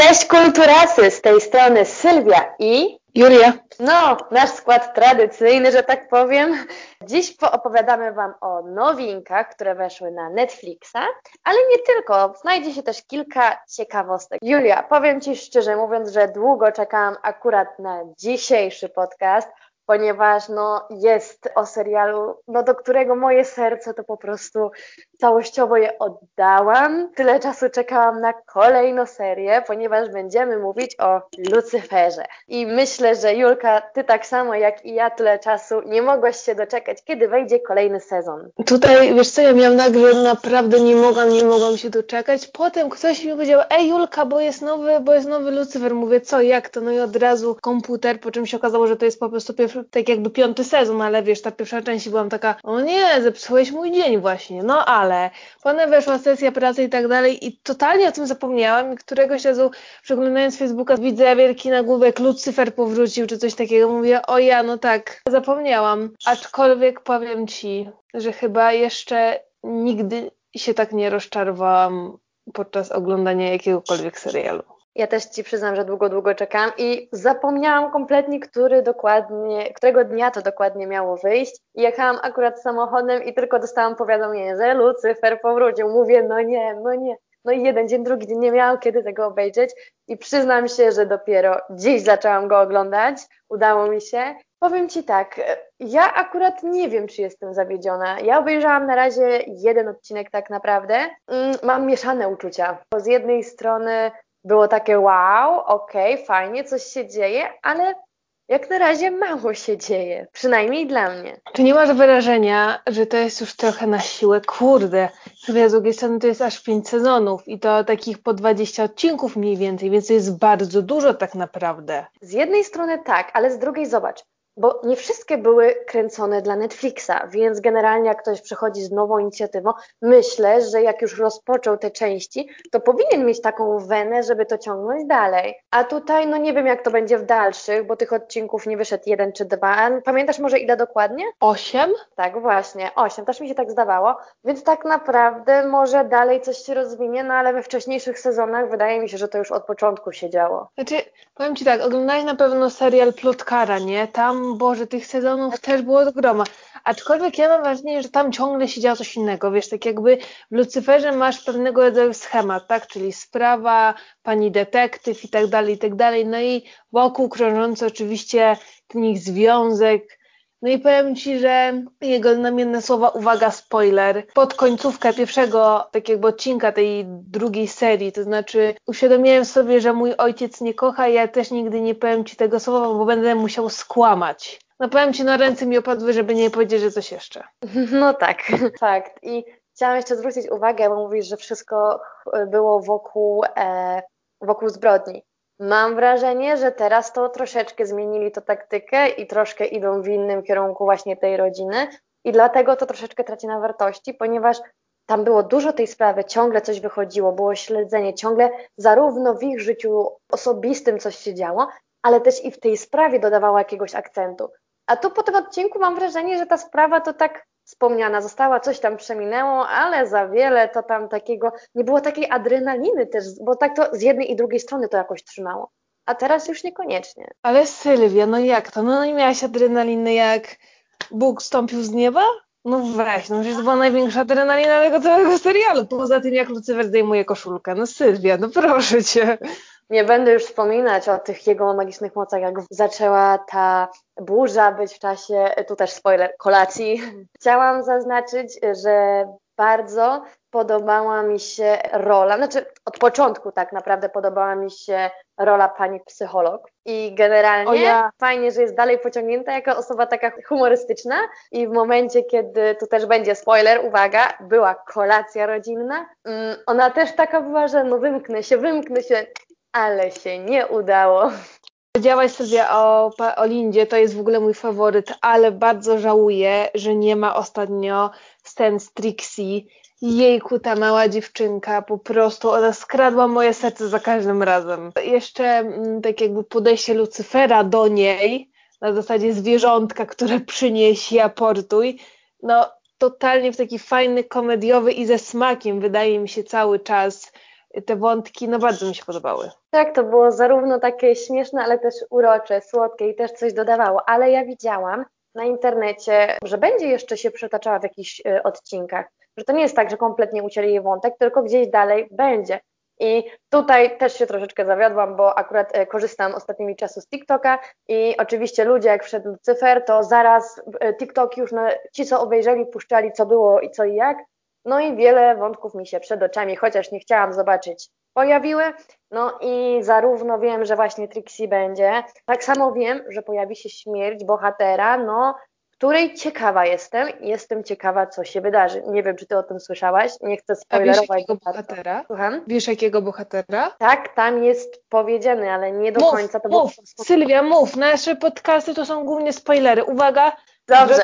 Cześć kulturasy, z tej strony Sylwia i Julia. No, nasz skład tradycyjny, że tak powiem. Dziś poopowiadamy Wam o nowinkach, które weszły na Netflixa, ale nie tylko, znajdzie się też kilka ciekawostek. Julia, powiem Ci szczerze mówiąc, że długo czekałam akurat na dzisiejszy podcast, ponieważ jest o serialu, do którego moje serce to po prostu całościowo je oddałam. Tyle czasu czekałam na kolejną serię, ponieważ będziemy mówić o Lucyferze. I myślę, że Julka, Ty tak samo jak i ja tyle czasu nie mogłaś się doczekać, kiedy wejdzie kolejny sezon. Tutaj, wiesz co, ja miałam tak, że naprawdę nie mogłam się doczekać. Potem ktoś mi powiedział, ej Julka, bo jest nowy Lucyfer. Mówię, co, jak to? No i od razu komputer, po czym się okazało, że to jest po prostu tak jakby 5. sezon, ale wiesz, ta pierwsza część byłam taka, o nie, zepsułeś mój dzień właśnie. No ale potem weszła sesja pracy i tak dalej i totalnie o tym zapomniałam i któregoś razu przeglądając Facebooka widzę wielki nagłówek, Lucyfer powrócił czy coś takiego. Mówię, o ja, no tak, zapomniałam. Aczkolwiek powiem Ci, że chyba jeszcze nigdy się tak nie rozczarowałam podczas oglądania jakiegokolwiek serialu. Ja też Ci przyznam, że długo czekałam i zapomniałam kompletnie, którego dnia to dokładnie miało wyjść. Jechałam akurat samochodem i tylko dostałam powiadomienie, że Lucyfer powrócił. Mówię, no nie. No i jeden dzień, drugi dzień nie miałam kiedy tego obejrzeć i przyznam się, że dopiero dziś zaczęłam go oglądać. Udało mi się. Powiem Ci tak, ja akurat nie wiem, czy jestem zawiedziona. Ja obejrzałam na razie jeden odcinek tak naprawdę. Mam mieszane uczucia. Bo z jednej strony było takie wow, okej, fajnie, coś się dzieje, ale jak na razie mało się dzieje, przynajmniej dla mnie. Czy nie masz wrażenia, że to jest już trochę na siłę? Kurde, z drugiej strony to jest aż 5 sezonów i to takich po 20 odcinków mniej więcej, więc to jest bardzo dużo tak naprawdę. Z jednej strony tak, ale z drugiej zobacz, bo nie wszystkie były kręcone dla Netflixa, więc generalnie jak ktoś przychodzi z nową inicjatywą, myślę, że jak już rozpoczął te części, to powinien mieć taką wenę, żeby to ciągnąć dalej. A tutaj, nie wiem jak to będzie w dalszych, bo tych odcinków nie wyszedł 1 czy 2. Pamiętasz może ile dokładnie? 8? Tak, właśnie, 8, też mi się tak zdawało, więc tak naprawdę może dalej coś się rozwinie, ale we wcześniejszych sezonach wydaje mi się, że to już od początku się działo. Znaczy, powiem Ci tak, oglądałeś na pewno serial Plotkara, nie? Tam, Boże, tych sezonów też było od groma. Aczkolwiek ja mam wrażenie, że tam ciągle się działo coś innego, wiesz, tak jakby w Lucyferze masz pewnego rodzaju schemat, tak? Czyli sprawa, pani detektyw i tak dalej, no i wokół krążący oczywiście ten ich związek. No i powiem Ci, że jego znamienne słowa, uwaga, spoiler, pod końcówkę pierwszego tak jakby odcinka tej drugiej serii, to znaczy uświadomiłem sobie, że mój ojciec nie kocha i ja też nigdy nie powiem Ci tego słowa, bo będę musiał skłamać. No powiem Ci, ręce mi opadły, żeby nie powiedzieć, że coś jeszcze. No tak, fakt. I chciałam jeszcze zwrócić uwagę, bo mówisz, że wszystko było wokół zbrodni. Mam wrażenie, że teraz to troszeczkę zmienili to taktykę i troszkę idą w innym kierunku właśnie tej rodziny i dlatego to troszeczkę traci na wartości, ponieważ tam było dużo tej sprawy, ciągle coś wychodziło, było śledzenie, ciągle zarówno w ich życiu osobistym coś się działo, ale też i w tej sprawie dodawało jakiegoś akcentu. A tu po tym odcinku mam wrażenie, że ta sprawa to tak wspomniana została, coś tam przeminęło, ale za wiele to tam takiego, nie było takiej adrenaliny też, bo tak to z jednej i drugiej strony to jakoś trzymało. A teraz już niekoniecznie. Ale Sylwia, jak to? Nie miałaś adrenaliny, jak Bóg stąpił z nieba? No weź, przecież to była największa adrenalina tego całego serialu. Poza tym, jak Lucyfer zdejmuje koszulkę. No Sylwia, proszę Cię. Nie będę już wspominać o tych jego magicznych mocach, jak zaczęła ta burza być w czasie, tu też spoiler, kolacji. Chciałam zaznaczyć, że bardzo podobała mi się rola, od początku tak naprawdę podobała mi się rola pani psycholog i generalnie fajnie, że jest dalej pociągnięta jako osoba taka humorystyczna i w momencie, kiedy, tu też będzie spoiler, uwaga, była kolacja rodzinna, ona też taka była, że wymknę się, ale się nie udało. Powiedziałaś sobie o Lindzie, to jest w ogóle mój faworyt, ale bardzo żałuję, że nie ma ostatnio scen z Trixie. Jejku, ta mała dziewczynka, po prostu ona skradła moje serce za każdym razem. Jeszcze tak jakby podejście Lucyfera do niej, na zasadzie zwierzątka, które przynieś i aportuj, totalnie w taki fajny, komediowy i ze smakiem, wydaje mi się, cały czas te wątki, no bardzo mi się podobały. Tak, to było zarówno takie śmieszne, ale też urocze, słodkie i też coś dodawało, ale ja widziałam na internecie, że będzie jeszcze się przetaczała w jakichś odcinkach, że to nie jest tak, że kompletnie ucięli jej wątek, tylko gdzieś dalej będzie. I tutaj też się troszeczkę zawiodłam, bo akurat korzystam ostatnimi czasy z TikToka i oczywiście ludzie, jak wszedł Lucyfer, to zaraz TikTok już ci, co obejrzeli, puszczali, co było i co i jak. No i wiele wątków mi się przed oczami, chociaż nie chciałam zobaczyć, pojawiły. No i zarówno wiem, że właśnie Trixie będzie, tak samo wiem, że pojawi się śmierć bohatera, no, której ciekawa jestem. Jestem ciekawa, co się wydarzy. Nie wiem, czy ty o tym słyszałaś, nie chcę A wiesz spoilerować jakiego za bardzo. bohatera? Słucham? Wiesz jakiego bohatera? Tak, tam jest powiedziane, ale nie do końca to było. Sylwia, mów. Nasze podcasty to są głównie spoilery. Uwaga, Dobrze,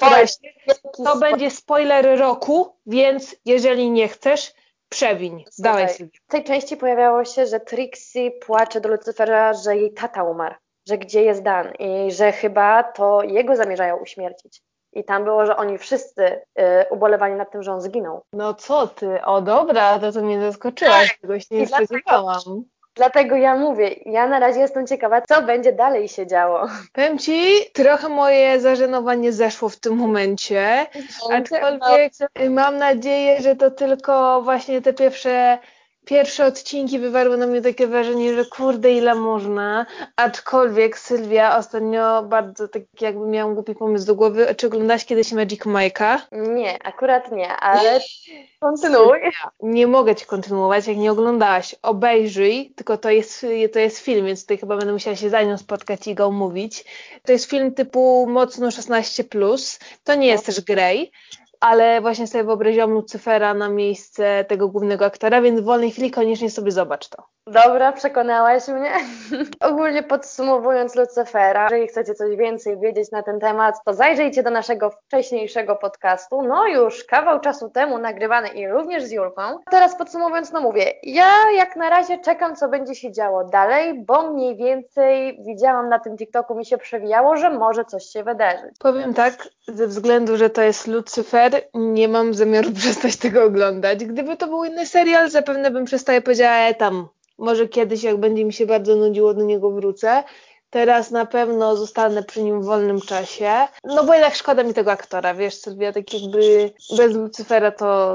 to będzie spoiler roku, więc jeżeli nie chcesz, przewiń. Dawaj, Sylwia. W tej części pojawiało się, że Trixie płacze do Lucyfera, że jej tata umarł, że gdzie jest Dan i że chyba to jego zamierzają uśmiercić. I tam było, że oni wszyscy ubolewali nad tym, że on zginął. No co ty? O dobra, to mnie zaskoczyłaś. Tego się nie spodziewałam. Dlatego ja mówię, ja na razie jestem ciekawa, co będzie dalej się działo. Powiem ci, trochę moje zażenowanie zeszło w tym momencie, aczkolwiek mam nadzieję, że to tylko właśnie te pierwsze odcinki wywarły na mnie takie wrażenie, że kurde, ile można, aczkolwiek Sylwia ostatnio bardzo tak jakby miałam głupi pomysł do głowy. Czy oglądałaś kiedyś Magic Mike'a? Nie, akurat nie, ale kontynuuj. Nie mogę ci kontynuować, jak nie oglądałaś. Obejrzyj, tylko to jest film, więc tutaj chyba będę musiała się za nią spotkać i go omówić. To jest film typu mocno 16+. To nie jest też Grey, ale właśnie sobie wyobraziłam Lucyfera na miejsce tego głównego aktora, więc w wolnej chwili koniecznie sobie zobacz to. Dobra, przekonałaś mnie. Ogólnie podsumowując Lucyfera, jeżeli chcecie coś więcej wiedzieć na ten temat, to zajrzyjcie do naszego wcześniejszego podcastu, no już kawał czasu temu nagrywany i również z Julką. Teraz podsumowując, no mówię, ja jak na razie czekam, co będzie się działo dalej, bo mniej więcej widziałam na tym TikToku, mi się przewijało, że może coś się wydarzyć. Powiem tak, ze względu, że to jest Lucyfer, nie mam zamiaru przestać tego oglądać. Gdyby to był inny serial, zapewne bym przestała i powiedziała, tam, może kiedyś, jak będzie mi się bardzo nudziło, do niego wrócę. Teraz na pewno zostanę przy nim w wolnym czasie. No bo jednak szkoda mi tego aktora, wiesz, Sylwia, tak jakby bez Lucyfera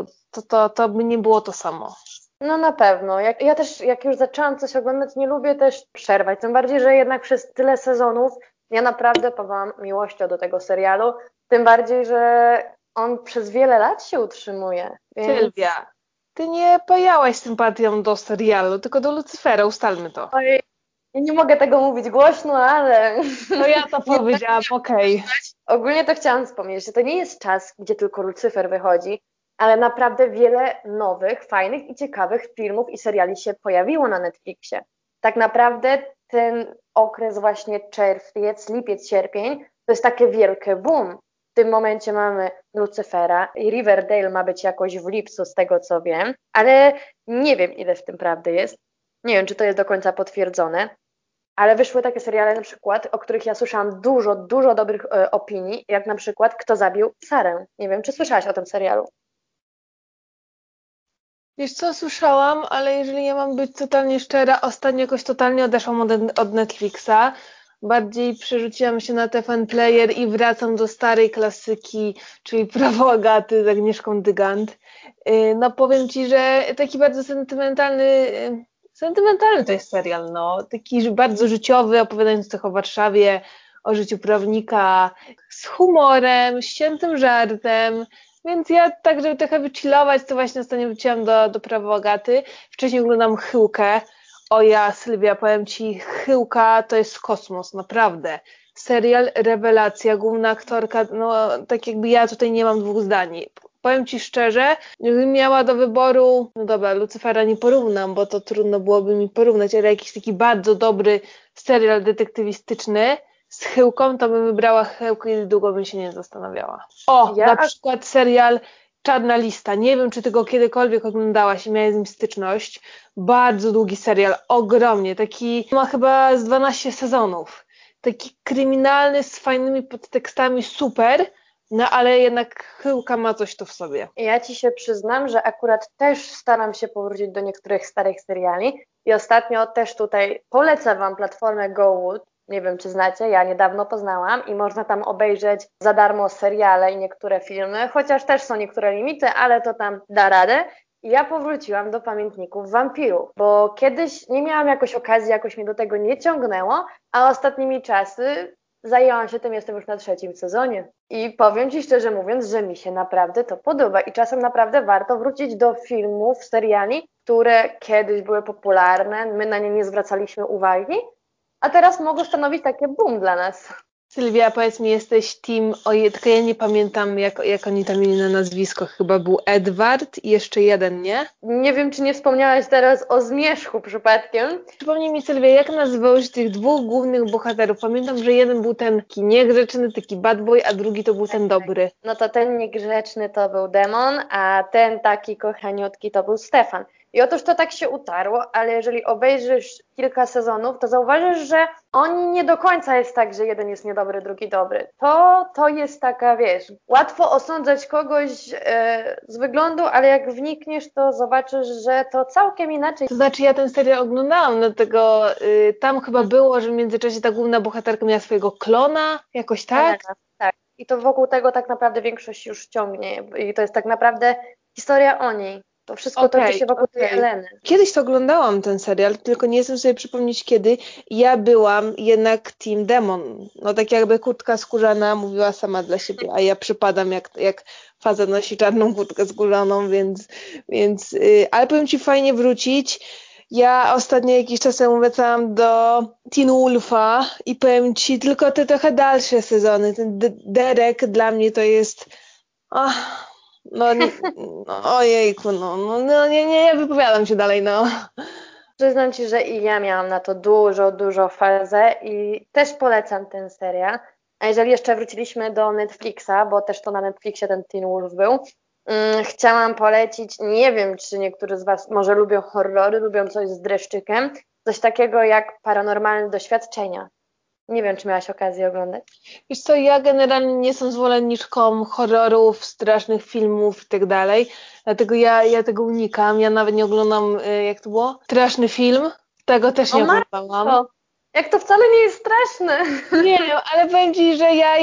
to by nie było to samo. No na pewno. Ja też, jak już zaczęłam coś oglądać, nie lubię też przerwać. Tym bardziej, że jednak przez tyle sezonów ja naprawdę pawałam miłością do tego serialu. Tym bardziej, że on przez wiele lat się utrzymuje. Więc... Sylwia, ty nie pajałaś sympatią do serialu, tylko do Lucyfera, ustalmy to. Oj, ja nie mogę tego mówić głośno, ale... No ja to powiedziałam, okej. Ogólnie to chciałam wspomnieć, że to nie jest czas, gdzie tylko Lucyfer wychodzi, ale naprawdę wiele nowych, fajnych i ciekawych filmów i seriali się pojawiło na Netflixie. Tak naprawdę ten okres właśnie czerwiec, lipiec, sierpień to jest takie wielkie boom. W tym momencie mamy Lucyfera i Riverdale ma być jakoś w lipcu, z tego co wiem, ale nie wiem, ile w tym prawdy jest. Nie wiem, czy to jest do końca potwierdzone. Ale wyszły takie seriale na przykład, o których ja słyszałam dużo dobrych opinii, jak na przykład Kto zabił Sarę. Nie wiem, czy słyszałaś o tym serialu. Wiesz co, słyszałam, ale jeżeli ja mam być totalnie szczera, ostatnio jakoś totalnie odeszłam od Netflixa. Bardziej przerzuciłam się na TVN Player i wracam do starej klasyki, czyli Prawo Agaty z Agnieszką Dygant. No powiem ci, że taki bardzo sentymentalny to jest serial, no. Taki bardzo życiowy, opowiadający o Warszawie, o życiu prawnika, z humorem, ściętym żartem. Więc ja tak, żeby trochę wychillować, to właśnie ostatnio wróciłam do Prawa Agaty. Wcześniej oglądam Chyłkę. O ja, Sylwia, powiem ci, Chyłka to jest kosmos, naprawdę. Serial, rewelacja, główna aktorka, no tak jakby ja tutaj nie mam dwóch zdań. Powiem ci szczerze, gdybym miała do wyboru, no dobra, Lucyfera nie porównam, bo to trudno byłoby mi porównać, ale jakiś taki bardzo dobry serial detektywistyczny z Chyłką, to bym wybrała Chyłkę i długo bym się nie zastanawiała. Na przykład serial Czarna Lista. Nie wiem, czy ty go kiedykolwiek oglądałaś i miałeś z nim styczność. Bardzo długi serial, ogromnie. Taki ma chyba z 12 sezonów. Taki kryminalny, z fajnymi podtekstami, super. No ale jednak Chyłka ma coś tu w sobie. Ja Ci się przyznam, że akurat też staram się powrócić do niektórych starych seriali i ostatnio też tutaj polecę Wam platformę GoWood. Nie wiem, czy znacie, ja niedawno poznałam i można tam obejrzeć za darmo seriale i niektóre filmy, chociaż też są niektóre limity, ale to tam da radę. I ja powróciłam do Pamiętników Wampirów, bo kiedyś nie miałam jakoś okazji, jakoś mnie do tego nie ciągnęło, a ostatnimi czasy zajęłam się tym, jestem już na 3. sezonie. I powiem Ci szczerze mówiąc, że mi się naprawdę to podoba i czasem naprawdę warto wrócić do filmów, seriali, które kiedyś były popularne, my na nie nie zwracaliśmy uwagi, a teraz mogą stanowić takie boom dla nas. Sylwia, powiedz mi, jesteś team, tylko ja nie pamiętam, jak oni tam mieli na nazwisko, chyba był Edward i jeszcze jeden, nie? Nie wiem, czy nie wspomniałaś teraz o Zmierzchu przypadkiem. Przypomnij mi, Sylwia, jak nazywało się tych dwóch głównych bohaterów? Pamiętam, że jeden był ten taki niegrzeczny, taki bad boy, a drugi to był ten dobry. No to ten niegrzeczny to był Demon, a ten taki kochaniutki to był Stefan. I otóż to tak się utarło, ale jeżeli obejrzysz kilka sezonów, to zauważysz, że oni nie do końca jest tak, że jeden jest niedobry, drugi dobry. To jest taka, wiesz, łatwo osądzać kogoś z wyglądu, ale jak wnikniesz, to zobaczysz, że to całkiem inaczej. To znaczy, ja ten serial oglądałam, dlatego tam chyba było, że w międzyczasie ta główna bohaterka miała swojego klona, jakoś tak? Tak. I to wokół tego tak naprawdę większość już ciągnie. I to jest tak naprawdę historia o niej. To wszystko toczy się wokół tej Heleny. Kiedyś to oglądałam ten serial, tylko nie jestem sobie przypomnieć kiedy. Ja byłam jednak Team Demon. No tak jakby kurtka skórzana mówiła sama dla siebie, a ja przypadam jak facet nosi czarną kurtkę skórzaną, więc ale powiem Ci, fajnie wrócić. Ja ostatnio jakiś czas temu wracałam do Teen Wolfa i powiem Ci, tylko te trochę dalsze sezony. Ten Derek dla mnie to jest... No, ojejku, nie wypowiadam się dalej, no. Przyznam Ci, że i ja miałam na to dużo fazę i też polecam ten serial. A jeżeli jeszcze wróciliśmy do Netflixa, bo też to na Netflixie ten Teen Wolf był, chciałam polecić, nie wiem, czy niektórzy z Was może lubią horrory, lubią coś z dreszczykiem, coś takiego jak Paranormalne Doświadczenia. Nie wiem, czy miałaś okazję oglądać. Wiesz co, ja generalnie nie jestem zwolenniczką horrorów, strasznych filmów i tak dalej, dlatego ja tego unikam, ja nawet nie oglądam, jak to było? Straszny film, tego też nie oglądałam. Matko, jak to wcale nie jest straszne. Nie wiem, ale powiem Ci, że ja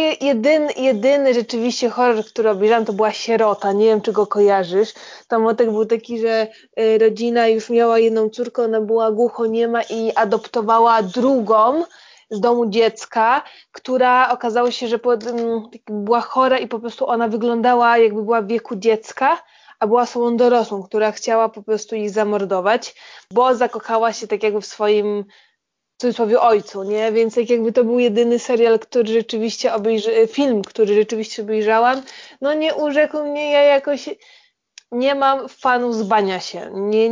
jedyny rzeczywiście horror, który obejrzałam, to była Sierota. Nie wiem, czy go kojarzysz. Tam wątek był taki, że rodzina już miała jedną córkę, ona była głuchoniema i adoptowała drugą z domu dziecka, która okazało się, że była chora i po prostu ona wyglądała, jakby była w wieku dziecka, a była osobą dorosłą, która chciała po prostu ich zamordować, bo zakochała się tak jakby w swoim, w cudzysłowie, ojcu, nie? Więc jak jakby to był jedyny serial, który rzeczywiście film, który rzeczywiście obejrzałam, no nie urzekł mnie, ja jakoś nie mam fanów z bania się,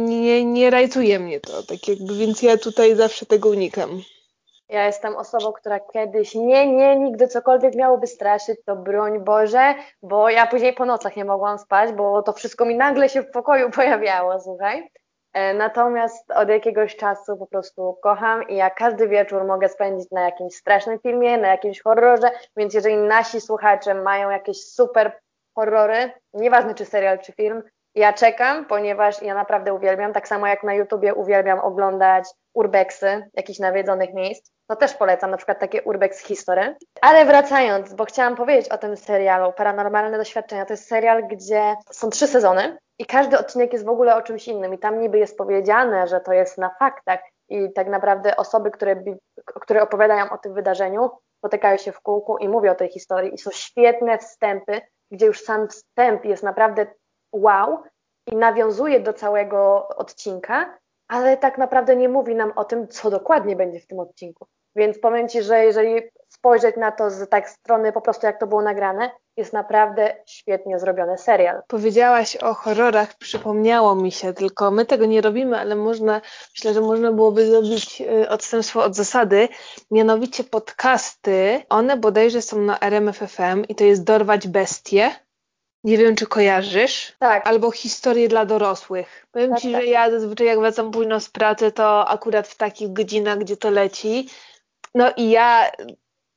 nie rajcuje mnie to, tak jakby, więc ja tutaj zawsze tego unikam. Ja jestem osobą, która kiedyś nigdy cokolwiek miałoby straszyć, to broń Boże, bo ja później po nocach nie mogłam spać, bo to wszystko mi nagle się w pokoju pojawiało, słuchaj. Natomiast od jakiegoś czasu po prostu kocham i ja każdy wieczór mogę spędzić na jakimś strasznym filmie, na jakimś horrorze, więc jeżeli nasi słuchacze mają jakieś super horrory, nieważne czy serial, czy film, ja czekam, ponieważ ja naprawdę uwielbiam, tak samo jak na YouTubie uwielbiam oglądać urbexy jakichś nawiedzonych miejsc, to też polecam na przykład takie Urbex History. Ale wracając, bo chciałam powiedzieć o tym serialu Paranormalne Doświadczenia, to jest serial, gdzie są 3 sezony i każdy odcinek jest w ogóle o czymś innym i tam niby jest powiedziane, że to jest na faktach i tak naprawdę osoby, które opowiadają o tym wydarzeniu, spotykają się w kółku i mówią o tej historii i są świetne wstępy, gdzie już sam wstęp jest naprawdę wow i nawiązuje do całego odcinka, ale tak naprawdę nie mówi nam o tym, co dokładnie będzie w tym odcinku. Więc powiem Ci, że jeżeli spojrzeć na to z tak strony po prostu jak to było nagrane, jest naprawdę świetnie zrobiony serial. Powiedziałaś o horrorach, przypomniało mi się, tylko my tego nie robimy, ale myślę, że można byłoby zrobić odstępstwo od zasady, mianowicie podcasty, one bodajże są na RMF FM i to jest Dorwać Bestie. Nie wiem, czy kojarzysz. Tak. Albo Historie dla dorosłych. Powiem Ci, że ja zazwyczaj jak wracam późno z pracy, to akurat w takich godzinach, gdzie to leci. No i ja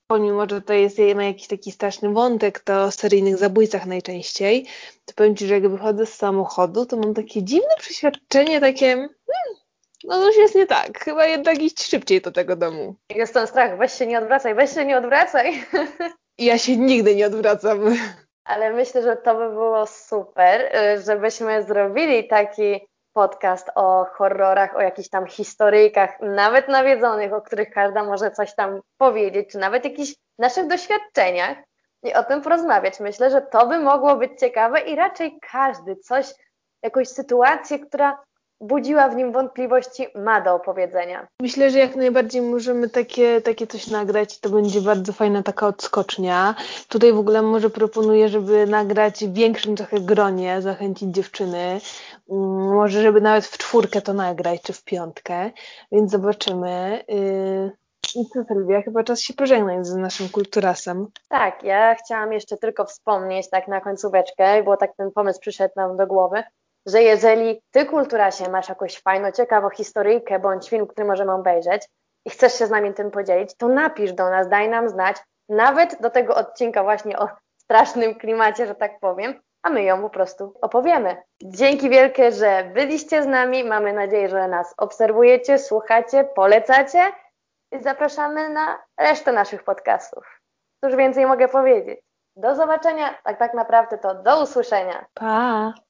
pomimo, że to jest ma jakiś taki straszny wątek, to o seryjnych zabójcach najczęściej, to powiem Ci, że jak wychodzę z samochodu, to mam takie dziwne przeświadczenie, takie no coś jest nie tak, chyba jednak iść szybciej do tego domu. Jest ten strach, weź się nie odwracaj, weź się nie odwracaj. I ja się nigdy nie odwracam. Ale myślę, że to by było super, żebyśmy zrobili taki podcast o horrorach, o jakichś tam historyjkach, nawet nawiedzonych, o których każda może coś tam powiedzieć, czy nawet jakichś naszych doświadczeniach i o tym porozmawiać. Myślę, że to by mogło być ciekawe i raczej każdy coś, jakąś sytuację, która budziła w nim wątpliwości, ma do opowiedzenia. Myślę, że jak najbardziej możemy takie coś nagrać. To będzie bardzo fajna taka odskocznia. Tutaj w ogóle może proponuję, żeby nagrać w większym trochę gronie, zachęcić dziewczyny. Może, żeby nawet w 4 to nagrać, czy w 5. Więc zobaczymy. I co, Sylwia? Chyba czas się pożegnać z naszym kulturasem. Tak, ja chciałam jeszcze tylko wspomnieć tak na końcóweczkę, bo tak ten pomysł przyszedł nam do głowy, że jeżeli ty, Kulturasie, masz jakąś fajną, ciekawą historyjkę bądź film, który możemy obejrzeć i chcesz się z nami tym podzielić, to napisz do nas, daj nam znać, nawet do tego odcinka właśnie o strasznym klimacie, że tak powiem, a my ją po prostu opowiemy. Dzięki wielkie, że byliście z nami, mamy nadzieję, że nas obserwujecie, słuchacie, polecacie i zapraszamy na resztę naszych podcastów. Cóż więcej mogę powiedzieć? Do zobaczenia, tak naprawdę to do usłyszenia. Pa!